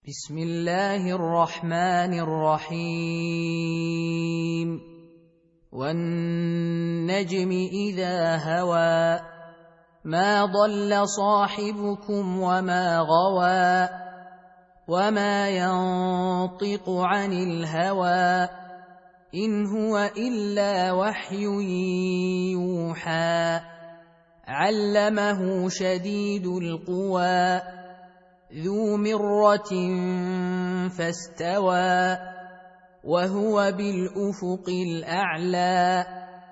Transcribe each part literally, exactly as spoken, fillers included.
بسم الله الرحمن الرحيم والنجم إذا هوى ما ضل صاحبكم وما غوى وما ينطق عن الهوى إن هو إلا وحي يوحى علمه شديد القوى ذو مرة فاستوى وهو بالأفق الأعلى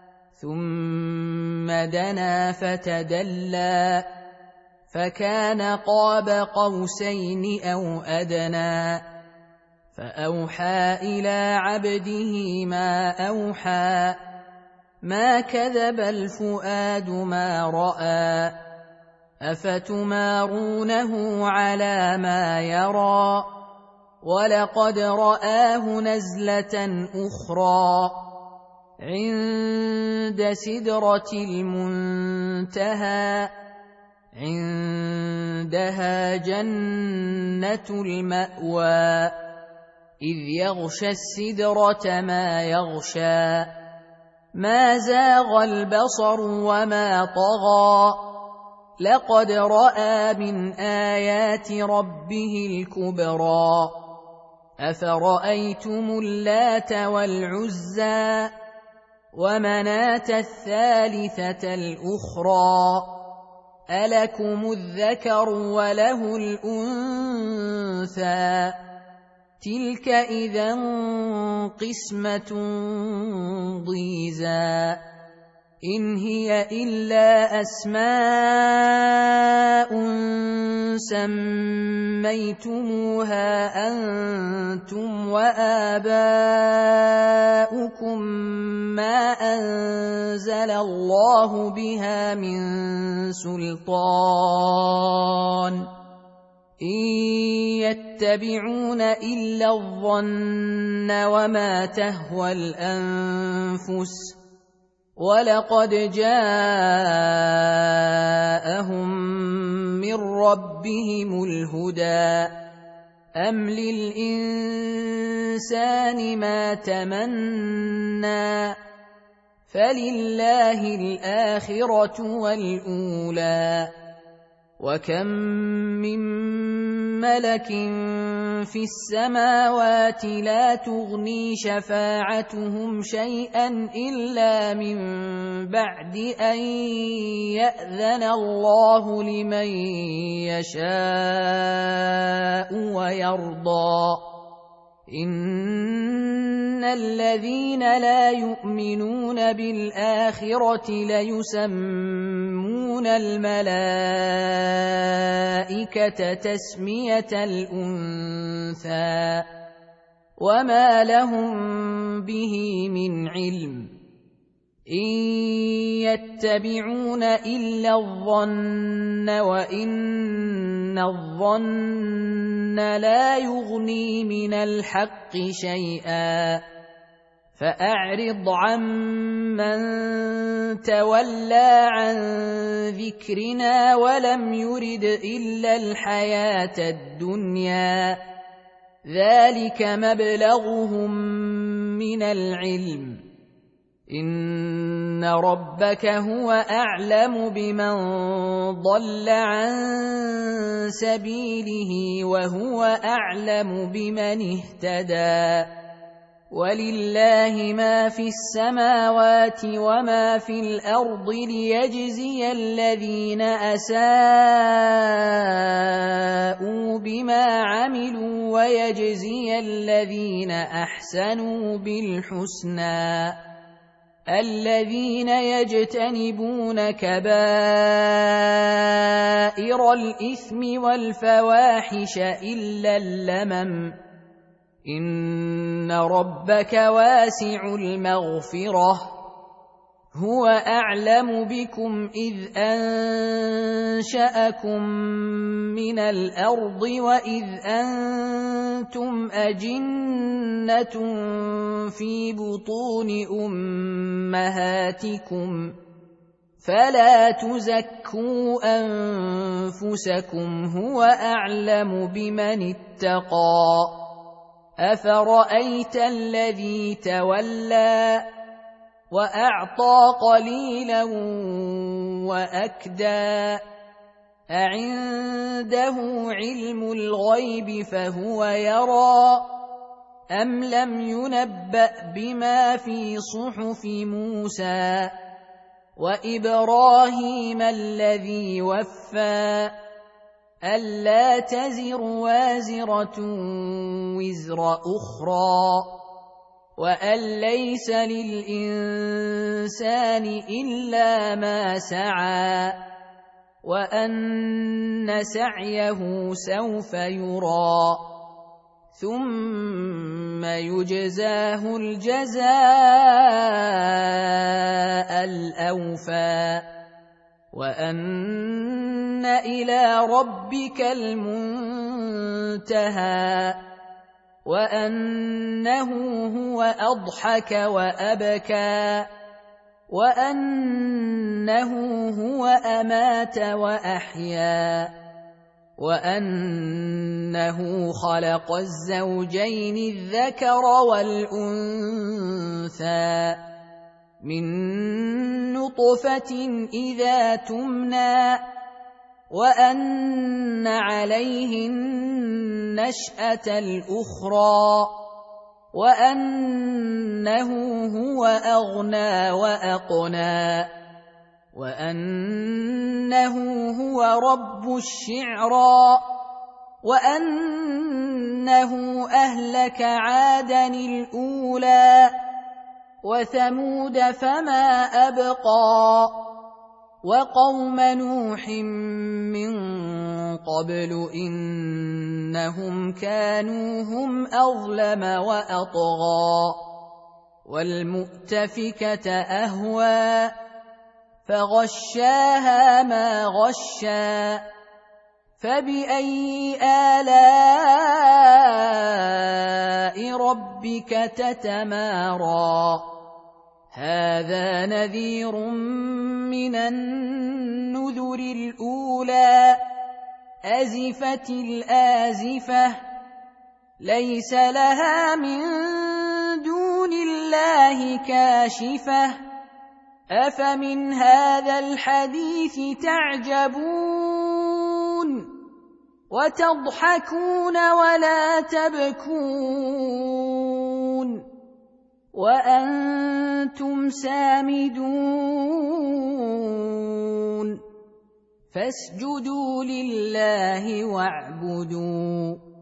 ثم دنا فتدلى فكان قاب قوسين أو أدنى فأوحى إلى عبده ما أوحى ما كذب الفؤاد ما رأى أفتمارونه على ما يرى ولقد رآه نزلة أخرى عند سدرة المنتهى عندها جنة المأوى إذ يغشى السدرة ما يغشى ما زاغ البصر وما طغى لقد رأى من آيات ربه الكبرى أفرأيتم اللات والعزى ومناة الثالثة الأخرى ألكم الذكر وله الأنثى تلك إذا قسمة ضيزى إن هي إلا أسماء سميتموها أنتم وآباؤكم ما أنزل الله بها من سلطان إن يتبعون إلا الظن وما تهوى الأنفس ولقد جاءهم من ربهم الهدى أم للإنسان ما تمنى فلله الآخرة والأولى وكم من ملك في السماوات لا تغني شفاعتهم شيئا إلا من بعد أن يأذن الله لمن يشاء ويرضى إن الذين لا يؤمنون بالآخرة ليسمون الملائكة تسمية الأنثى وما لهم به من علم إن يتبعون إلا الظن وإن الظن لا يغني من الحق شيئا فأعرض عمن تولى عن ذكرنا ولم يرد إلا الحياة الدنيا ذلك مبلغهم من العلم إن ربك هو أعلم بمن ضل عن سبيله وهو أعلم بمن اهتدى ولله ما في السماوات وما في الأرض ليجزي الذين أساءوا بما عملوا ويجزي الذين أحسنوا بالحسنى الذين يجتنبون كبائر الإثم والفواحش إلا اللمم إن ربك واسع المغفرة هو أعلم بكم إذ أنشأكم من الأرض وإذ أنتم أجنة في بطون أمهاتكم فلا تزكوا أنفسكم هو أعلم بمن اتقى أفرأيت الذي تولى وأعطى قليلا وأكدى أعنده علم الغيب فهو يرى أم لم ينبأ بما في صحف موسى وإبراهيم الذي وفى ألا تزر وازرة وزر أخرى وأن ليس للإنسان إلا ما سعى وأن سعيه سوف يرى ثم يجزاه الجزاء الأوفى وأن إلى ربك المنتهى وأنه هو أضحك وأبكى وأنه هو أمات وأحيا وأنه خلق الزوجين الذكر والأنثى من نطفة إذا تمنى وأن عليه النشأة الأخرى وأنه هو أغنى وأقنى وأنه هو رب الشعرى وأنه أهلك عادا الأولى وثمود فما أبقى وقوم نوح من قبل إنهم كانوا هم أظلم وأطغى والمؤتفكة أهوى فغشاها ما غشى فبأي آلاء ربك تتمارى هذا نذير من النذر الأولى أزفت الآزفة ليس لها من دون الله كاشفة أفمن هذا الحديث تعجبون وتضحكون ولا تبكون وأنتم سامدون فاسجدوا لله واعبدوا